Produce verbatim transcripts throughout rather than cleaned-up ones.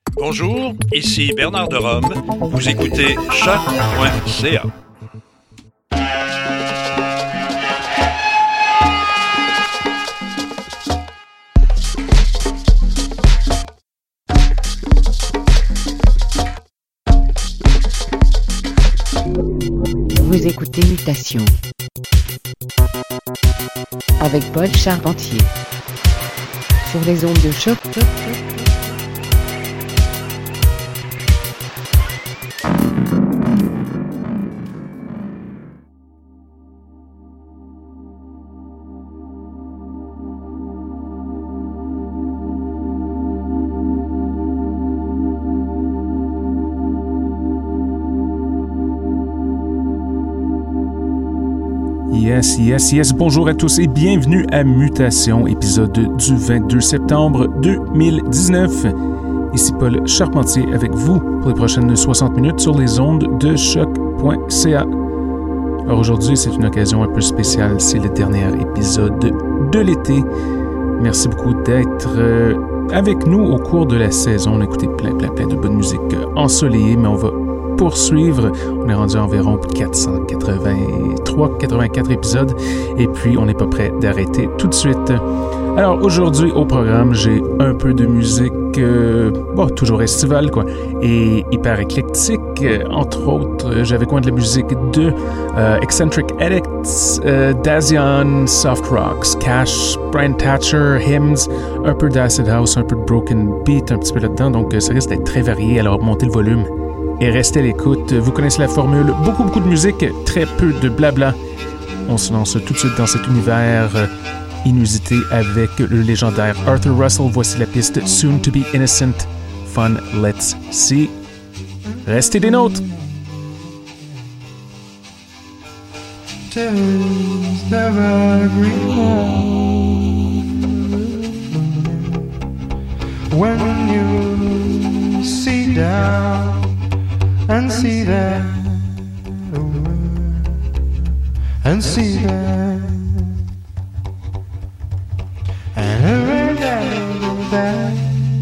Bonjour, ici Bernard de Rome. Vous écoutez choc point c a. Vous écoutez Mutation avec Paul Charpentier sur les ondes de choc. Yes, yes, yes. Bonjour à tous et bienvenue à Mutation, épisode du vingt-deux septembre deux mille dix-neuf. Ici Paul Charpentier avec vous pour les prochaines soixante minutes sur les ondes de choc point c a. Alors aujourd'hui, c'est une occasion un peu spéciale. C'est le dernier épisode de l'été. Merci beaucoup d'être euh, avec nous au cours de la saison. On a écouté plein, plein, plein de bonne musique ensoleillée, mais on va poursuivre. On est rendu à environ quatre cent quatre-vingt-trois quatre-vingt-quatre épisodes et puis on n'est pas prêt d'arrêter tout de suite. Alors aujourd'hui au programme, j'ai un peu de musique euh, bon, toujours estivale quoi, et hyper éclectique. Entre autres, j'avais quoi de la musique de euh, Eccentric Addicts, euh, Dazion, Soft Rocks, Cash, Brian Thatcher, Hymns, un peu d'Acid House, un peu de Broken Beat, un petit peu là-dedans, donc ça risque d'être très varié, alors montez le volume et restez à l'écoute. Vous connaissez la formule, beaucoup beaucoup de musique, très peu de blabla. On se lance tout de suite dans cet univers inusité avec le légendaire Arthur Russell. Voici la piste Soon to be Innocent. Fun, let's see. Restez des nôtres. When you see down and see that, and see that, and every day that.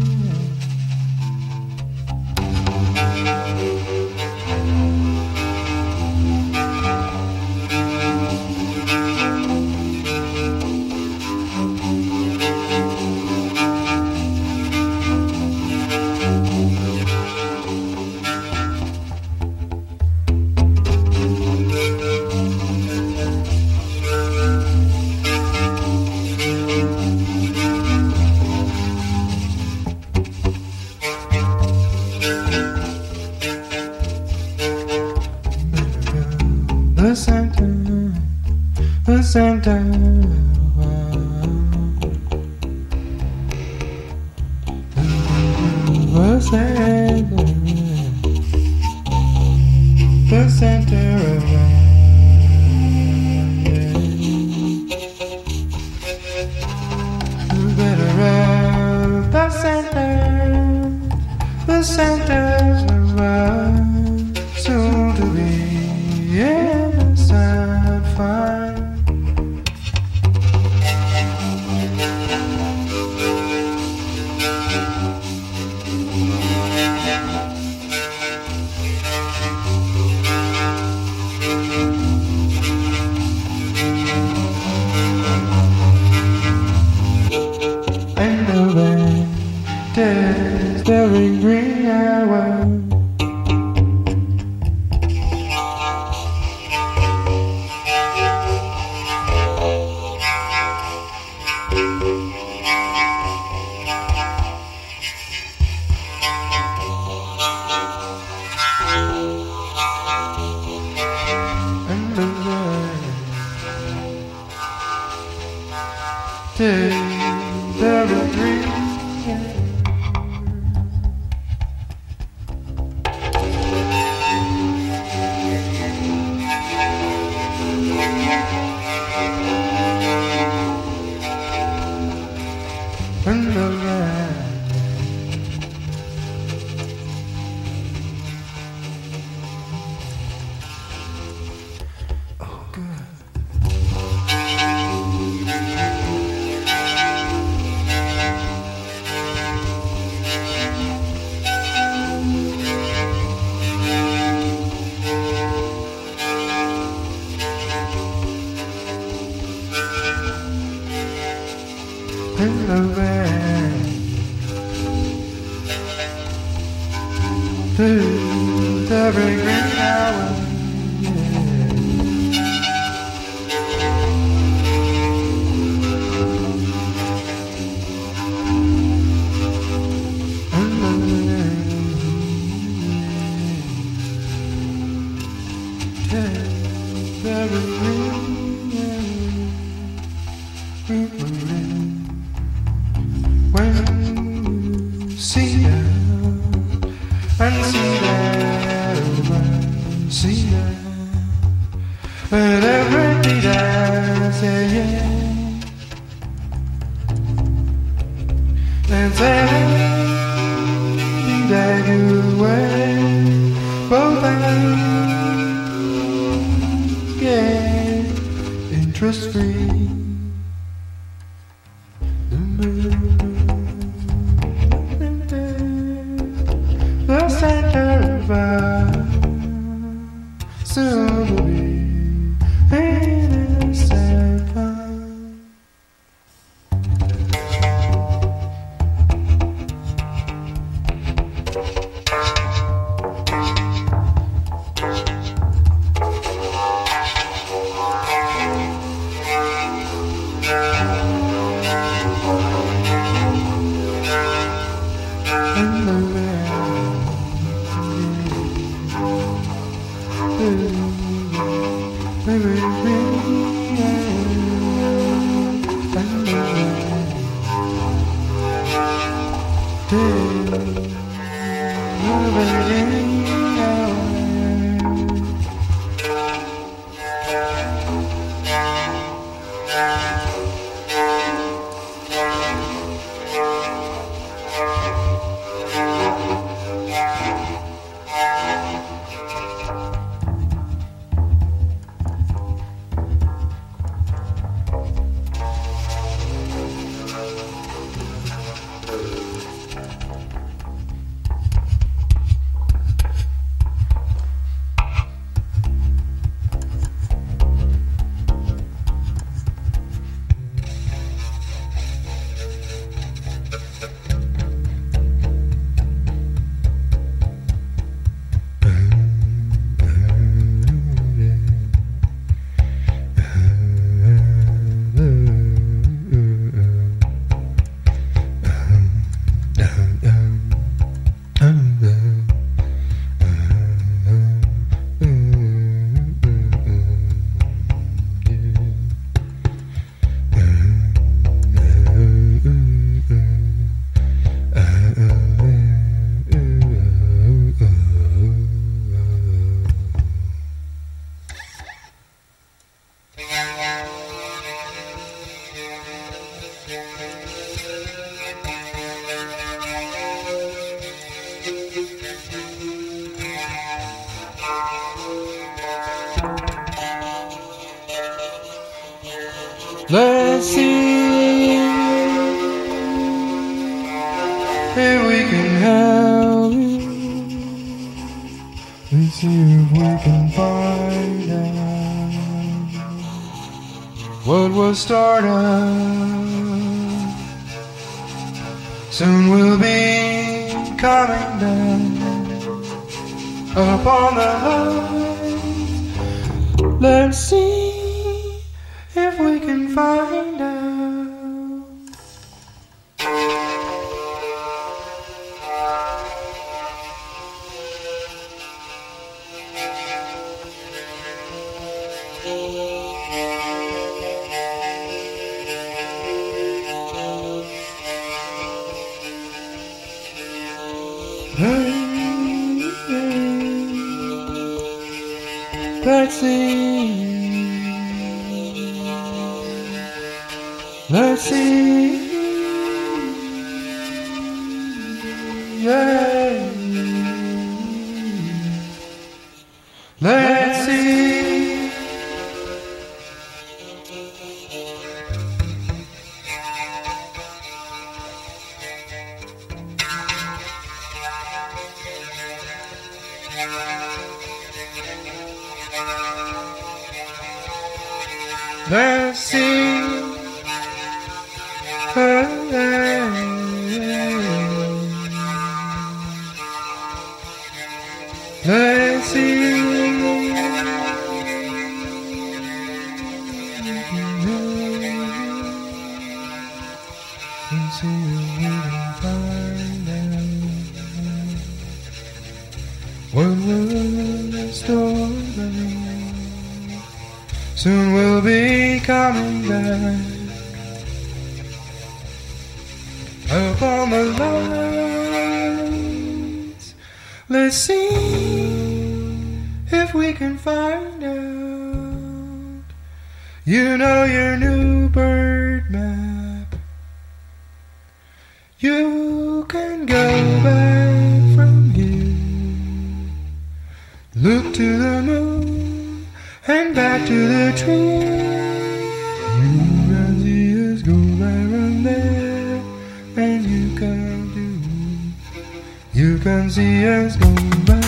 The center, the center, the center, the center of the better of the center, the center of soon to be, yeah. Fine. And the band is very green hour. band to every green hour. But every day I say yeah, and say that you away both hands get interest free. The center of our soon will be innocent fun. And the Let's see if we can help you. Let's see if we can find out what was started. Soon we'll be coming down upon the line. Let's see if we can find out. Let's see. Let's see, yeah. Let's see. Let's see. Uh, uh. What will restore me? Soon we'll be coming back. Up on the lights, let's see if we can find out. You know your new bird map. You can go back from here. Look to the moon and back to the tree. You can see us go right from there, and you can do. You can see us go by.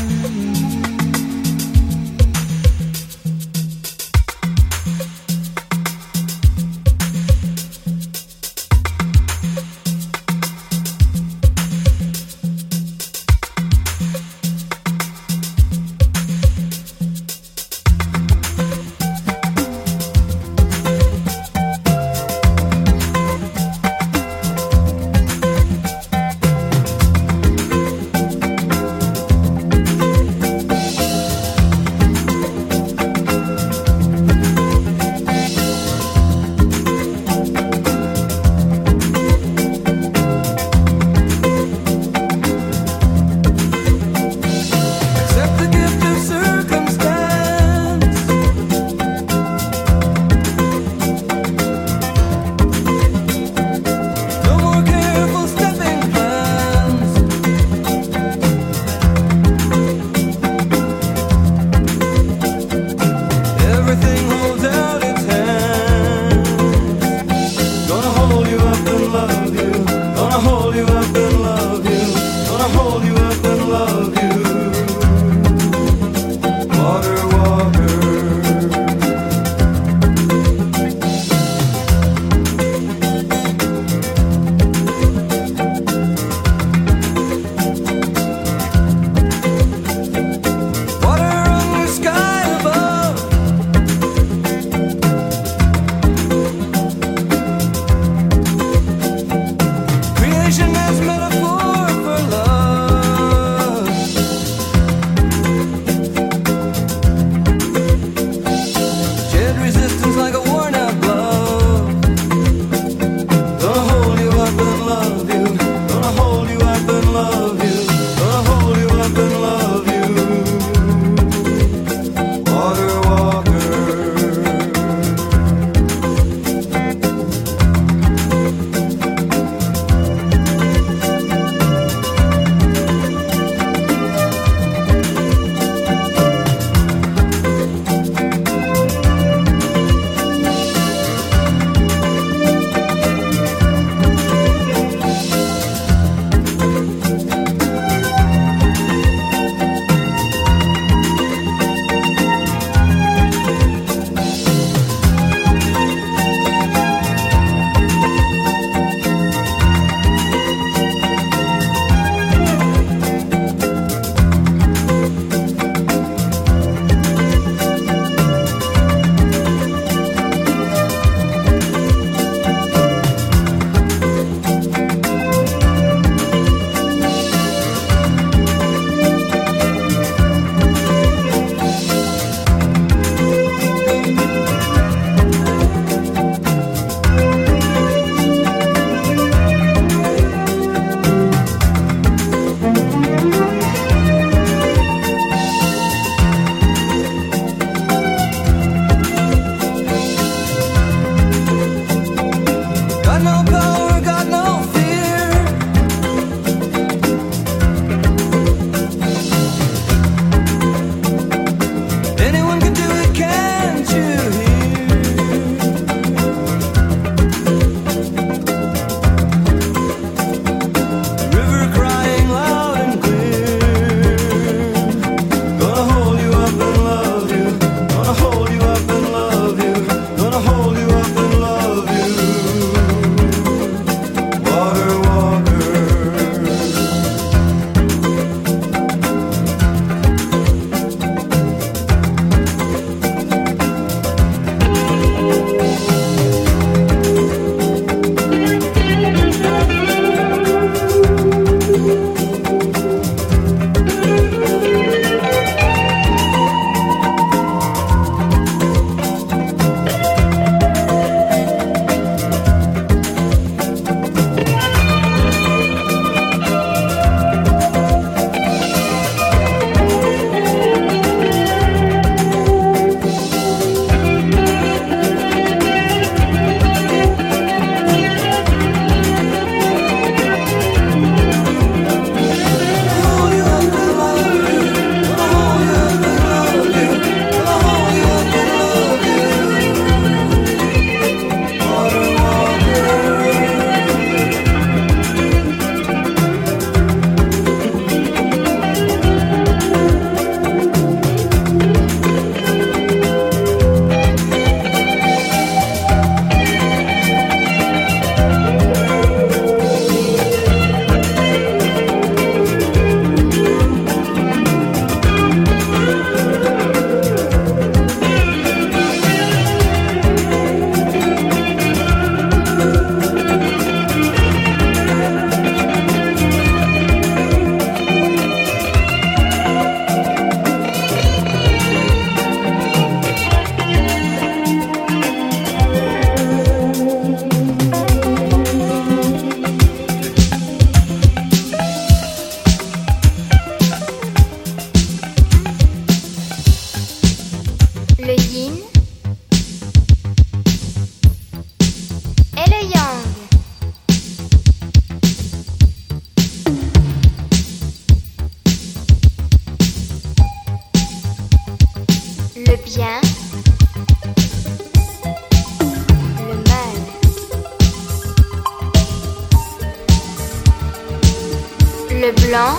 Le blanc,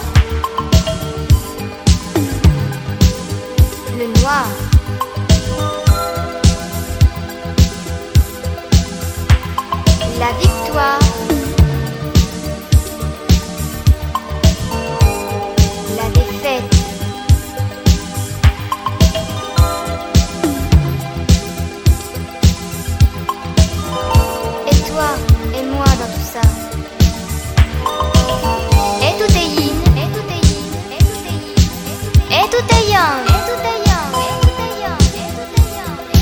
le noir, la victoire, la défaite, et toi et moi dans tout ça. Et tout est yin, et tout est yin, et tout est yin, et tout est yang, et tout est yang, et tout est yang, et tout est yang, et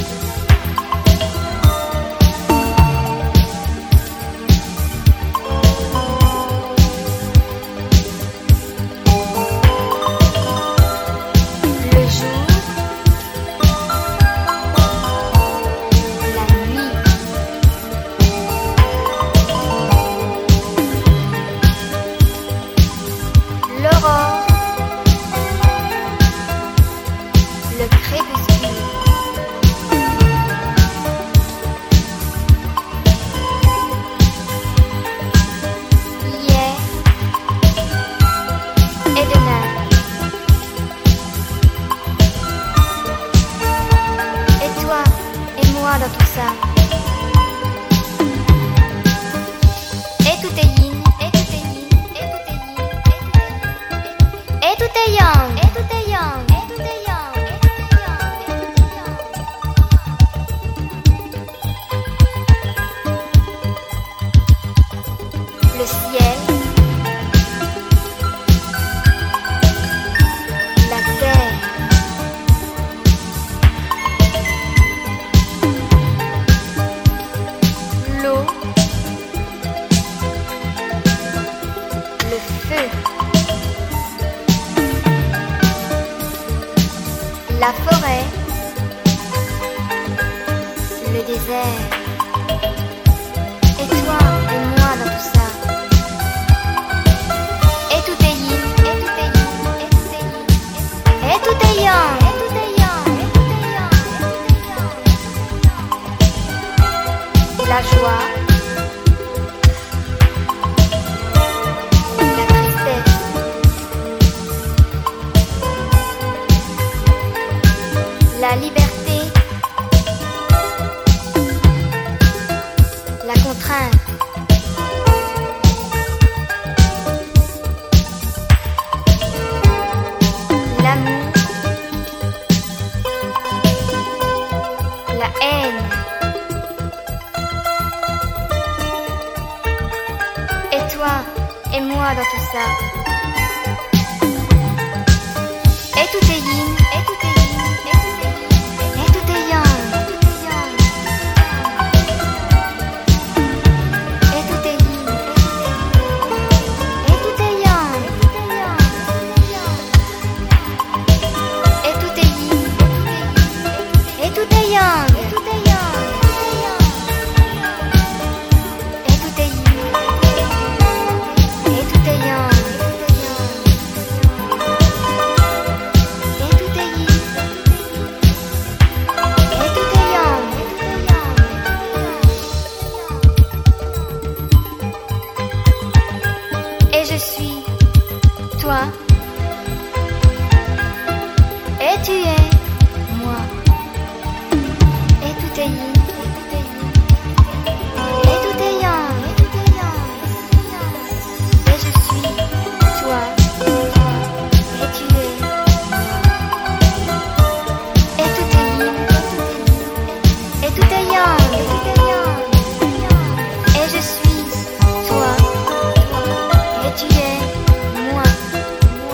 le jour, la nuit, l'aurore, le crépuscule, hier et demain, et toi et moi dans tout ça. Et tout est yin, et tout est yin, et tout est yin, et tout est yang, et tout est yang, et tout est yang, et tout est yang, et tout est yang. Le ciel, la terre, l'eau, le feu, la forêt, le désert, et toi et moi dans tout ça. Et tout est yin, et tout est yin, et tout est yin, et tout est yang, et tout est yang, et tout est yang, et tout est yang. La joie, la tristesse, la liberté, la contrainte, l'amour, la haine, et toi et moi dans tout ça. Et tout est yin, et tout est yin, et tout est yin, et tout est yang, et tout est yang. Et tout est yin, et tout est yang, et tout est yin, et tout est yang, et tout est yang, et tout est yang, et tout est yin, et tout est yang. Et je suis toi, et tu es moi, et tout est yin, et tout est yang, et tout est yang, et je suis toi, et tu es moi, et tout est yin, et tout est yang, et je suis toi, et tu es moi,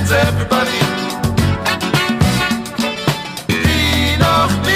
hands, everybody. Lean on me.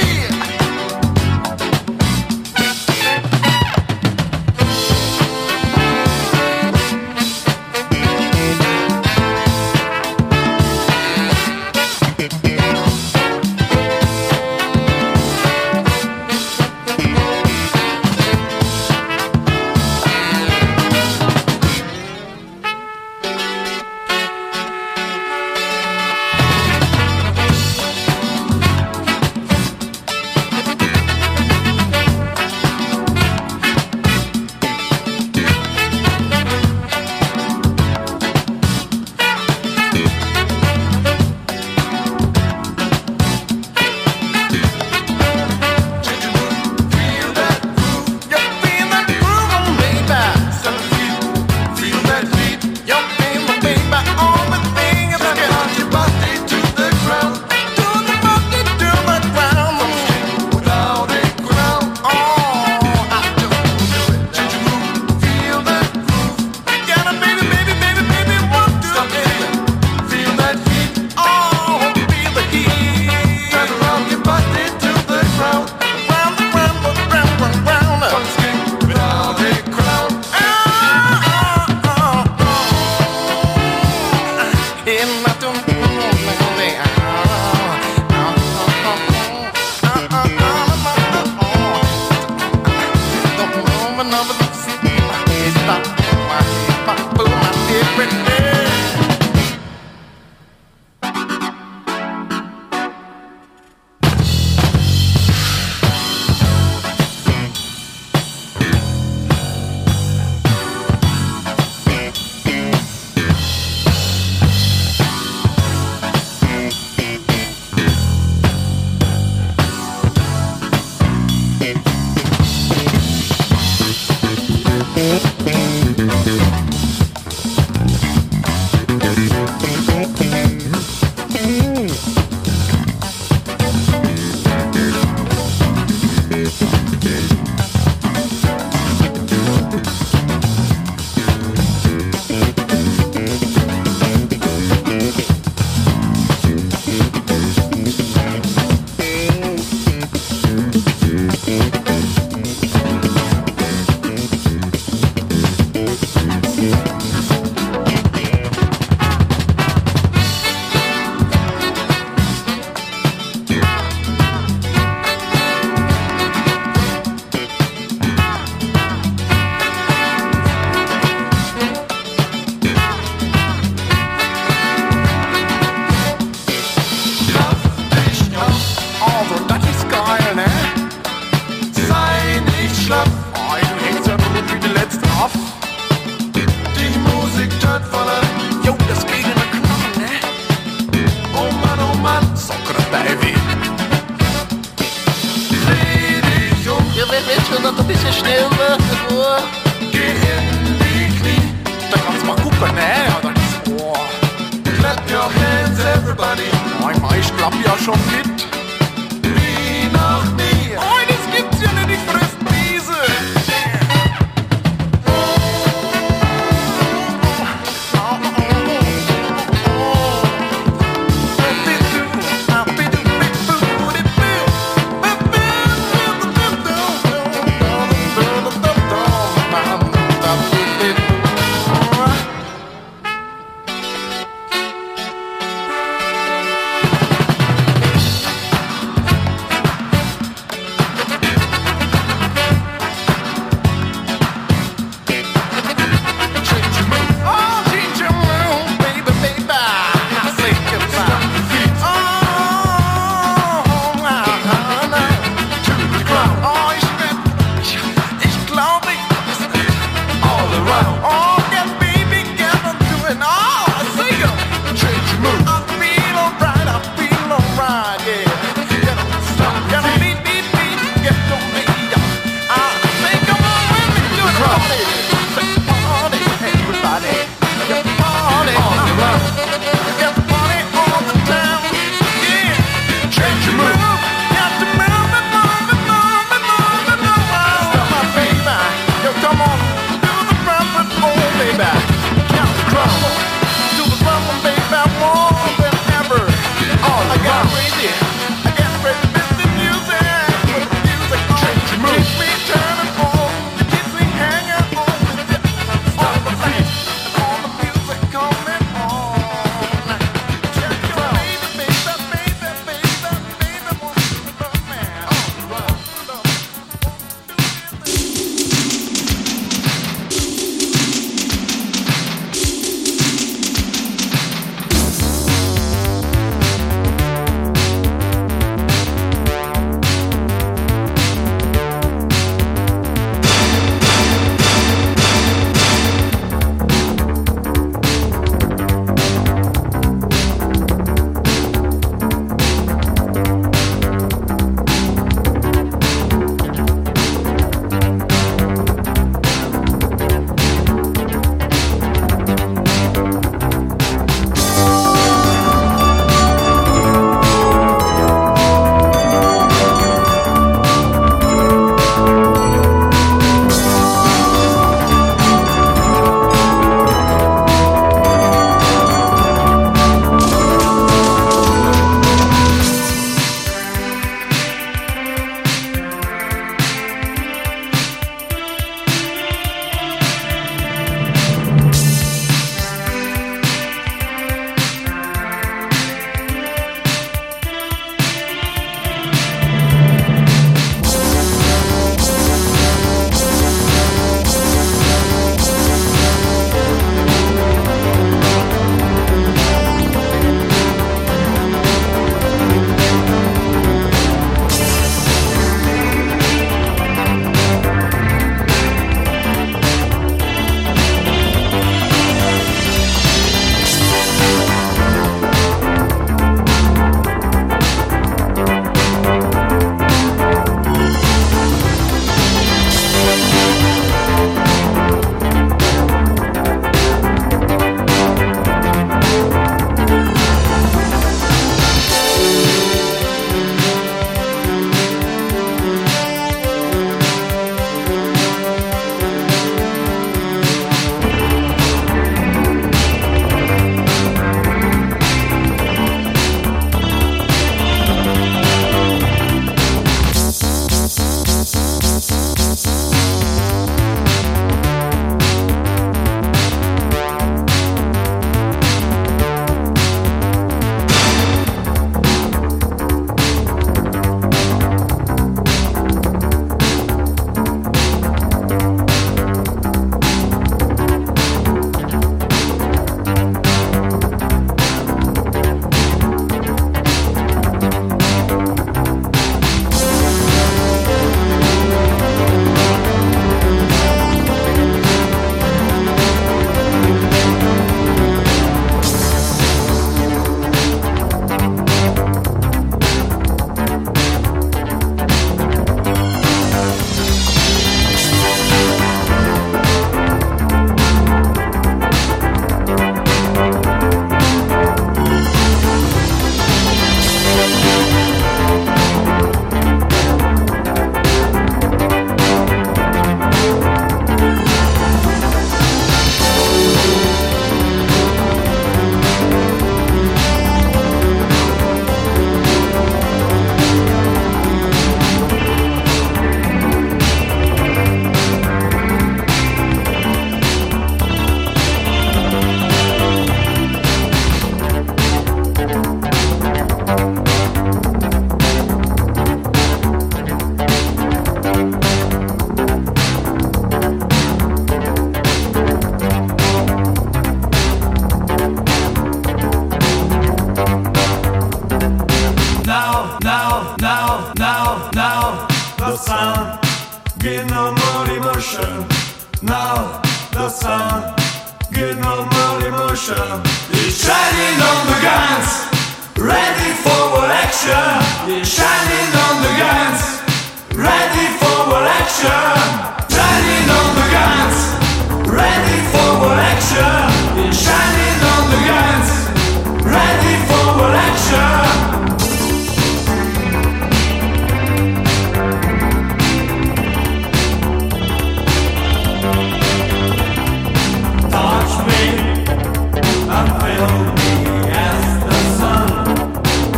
get no more emotion. Now the sun, get no more emotion. He's shining on the guns, ready for action. He's shining on the guns, ready for action. Shining on the guns, ready for action. He's shining on the guns, ready for action.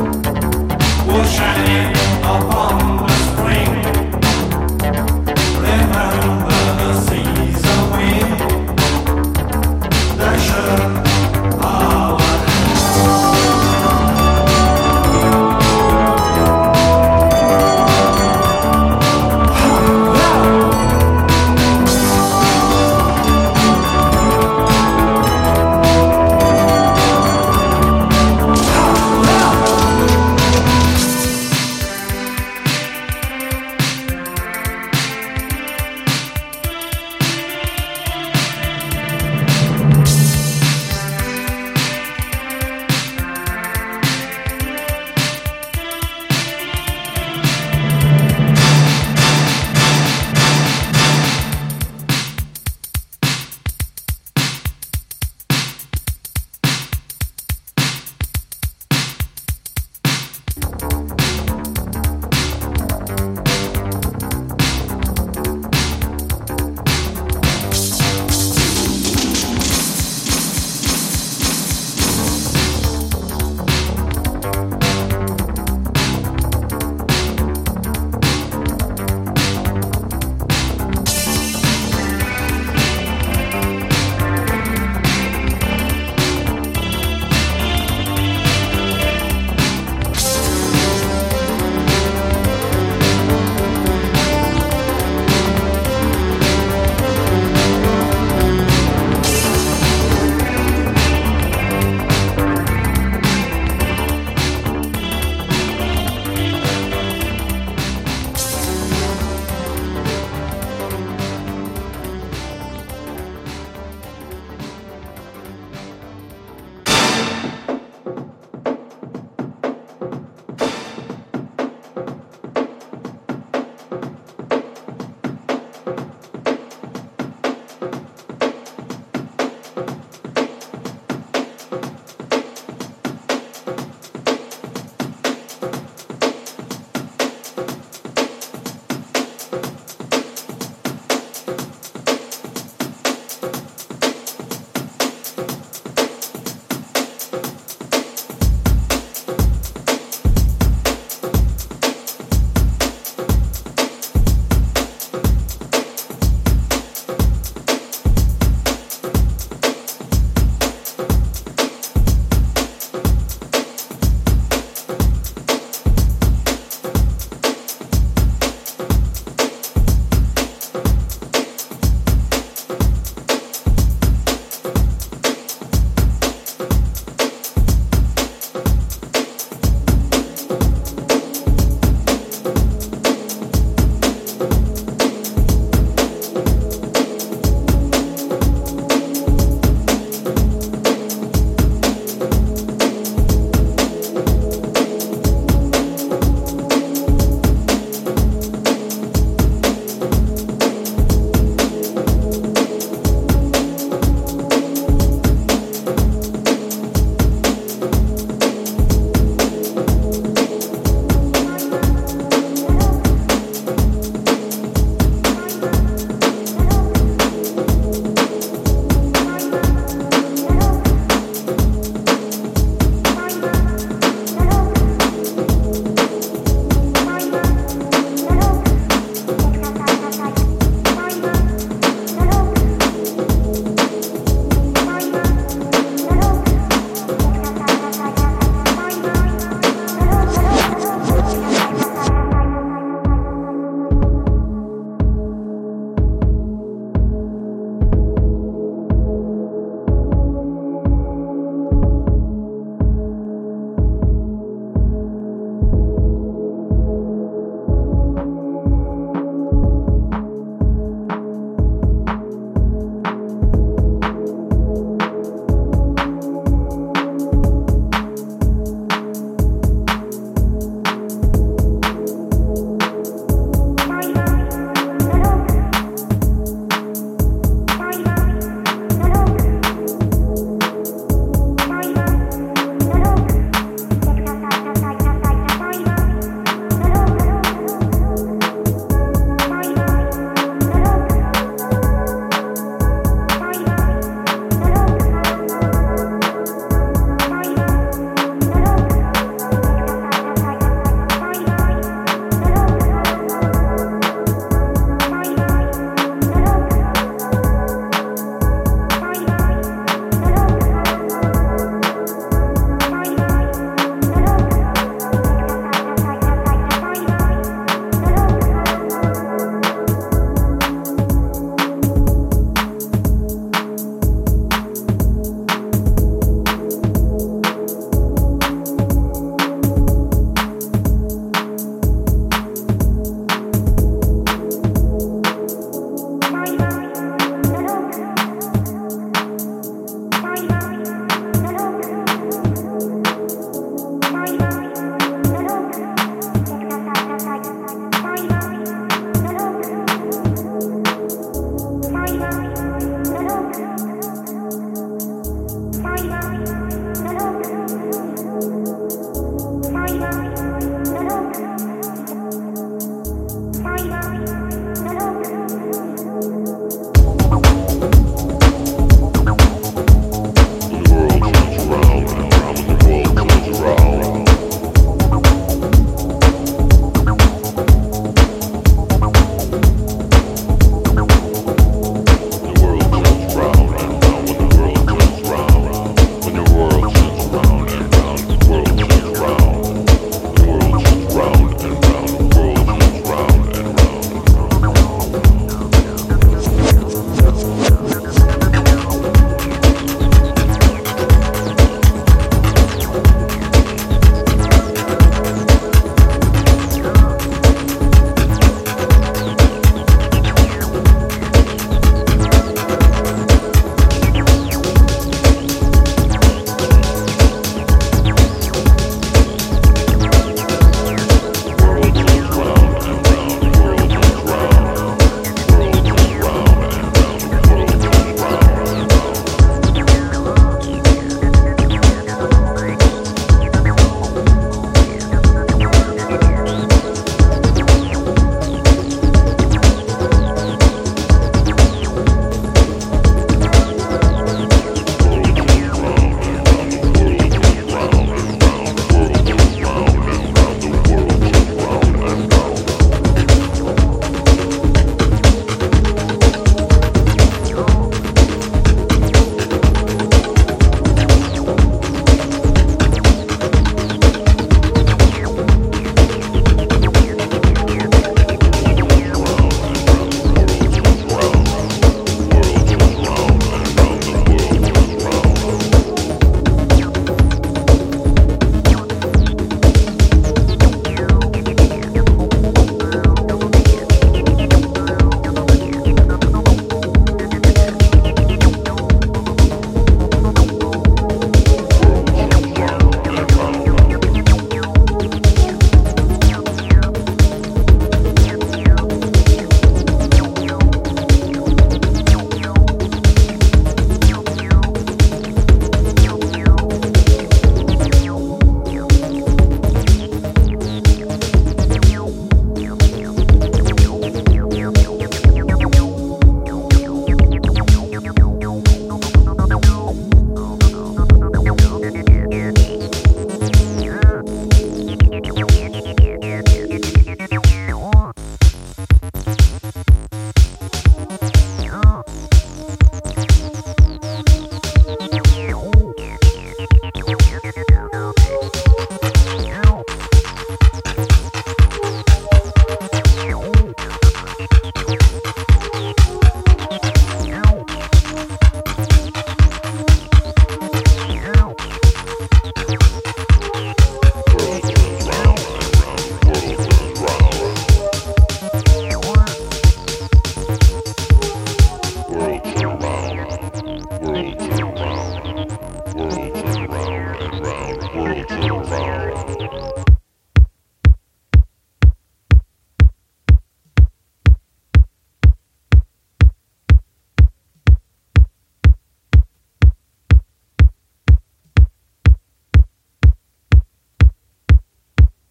Shining upon the spring,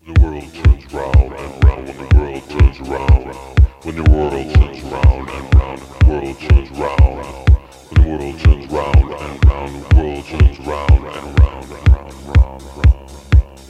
The world turns round and round when the world turns around. When the world turns round and round, the world turns round. When the world turns round and round, the world turns round and round and round, round, round, round, round.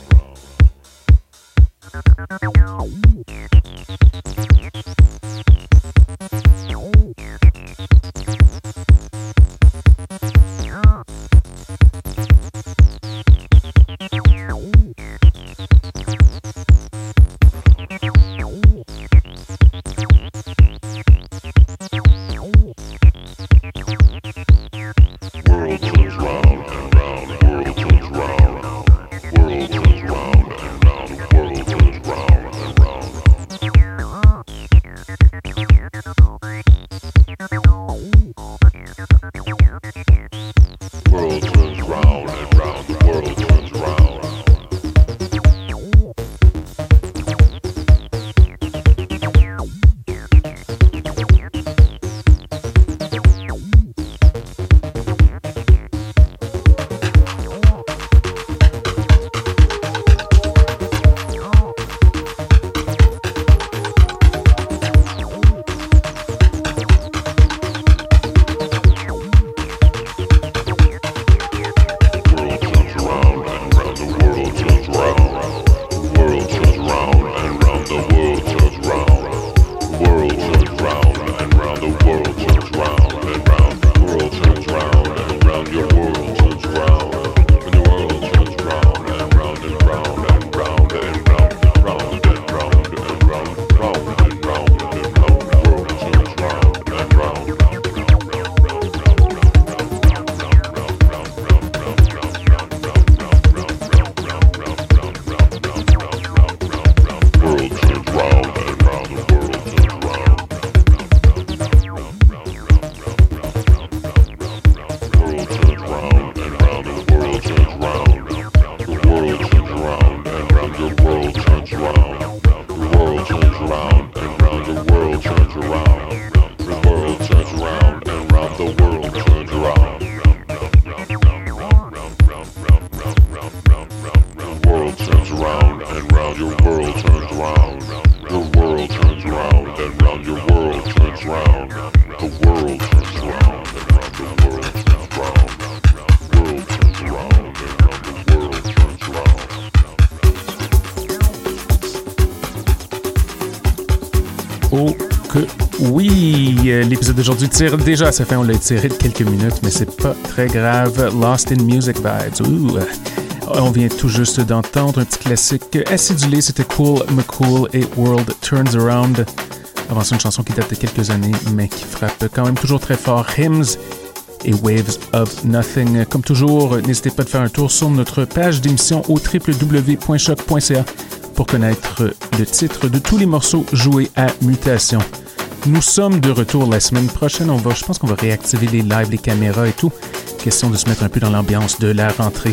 Oh que oui! L'épisode d'aujourd'hui tire déjà à sa fin, on l'a étiré de quelques minutes, mais c'est pas très grave. Lost in Music Vibes. Ouh! On vient tout juste d'entendre un petit classique acidulé, c'était Cool McCool et World Turns Around. Avant ça, une chanson qui date de quelques années, mais qui frappe quand même toujours très fort. Hymns et Waves of Nothing. Comme toujours, n'hésitez pas à faire un tour sur notre page d'émission au w w w point choc point c a pour connaître le titre de tous les morceaux joués à Mutation. Nous sommes de retour la semaine prochaine. On va, je pense qu'on va réactiver les lives, les caméras et tout. Question de se mettre un peu dans l'ambiance de la rentrée.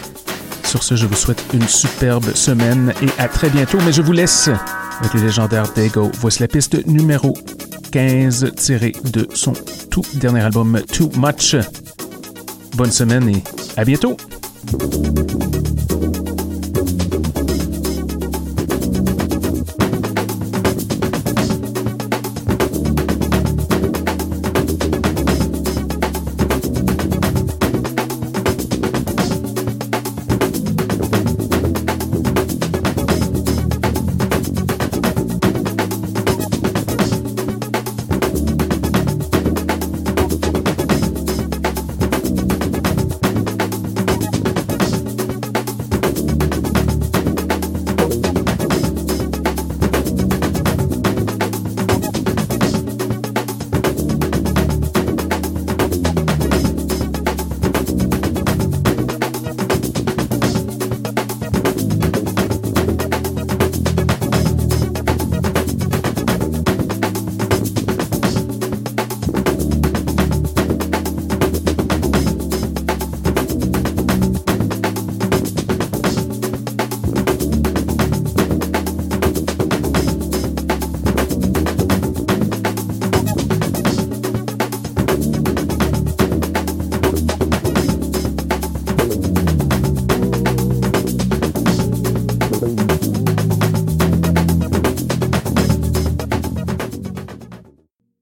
Sur ce, je vous souhaite une superbe semaine et à très bientôt. Mais je vous laisse avec le légendaire Dago. Voici la piste numéro quinze tirée de son tout dernier album Too Much. Bonne semaine et à bientôt! Thank you.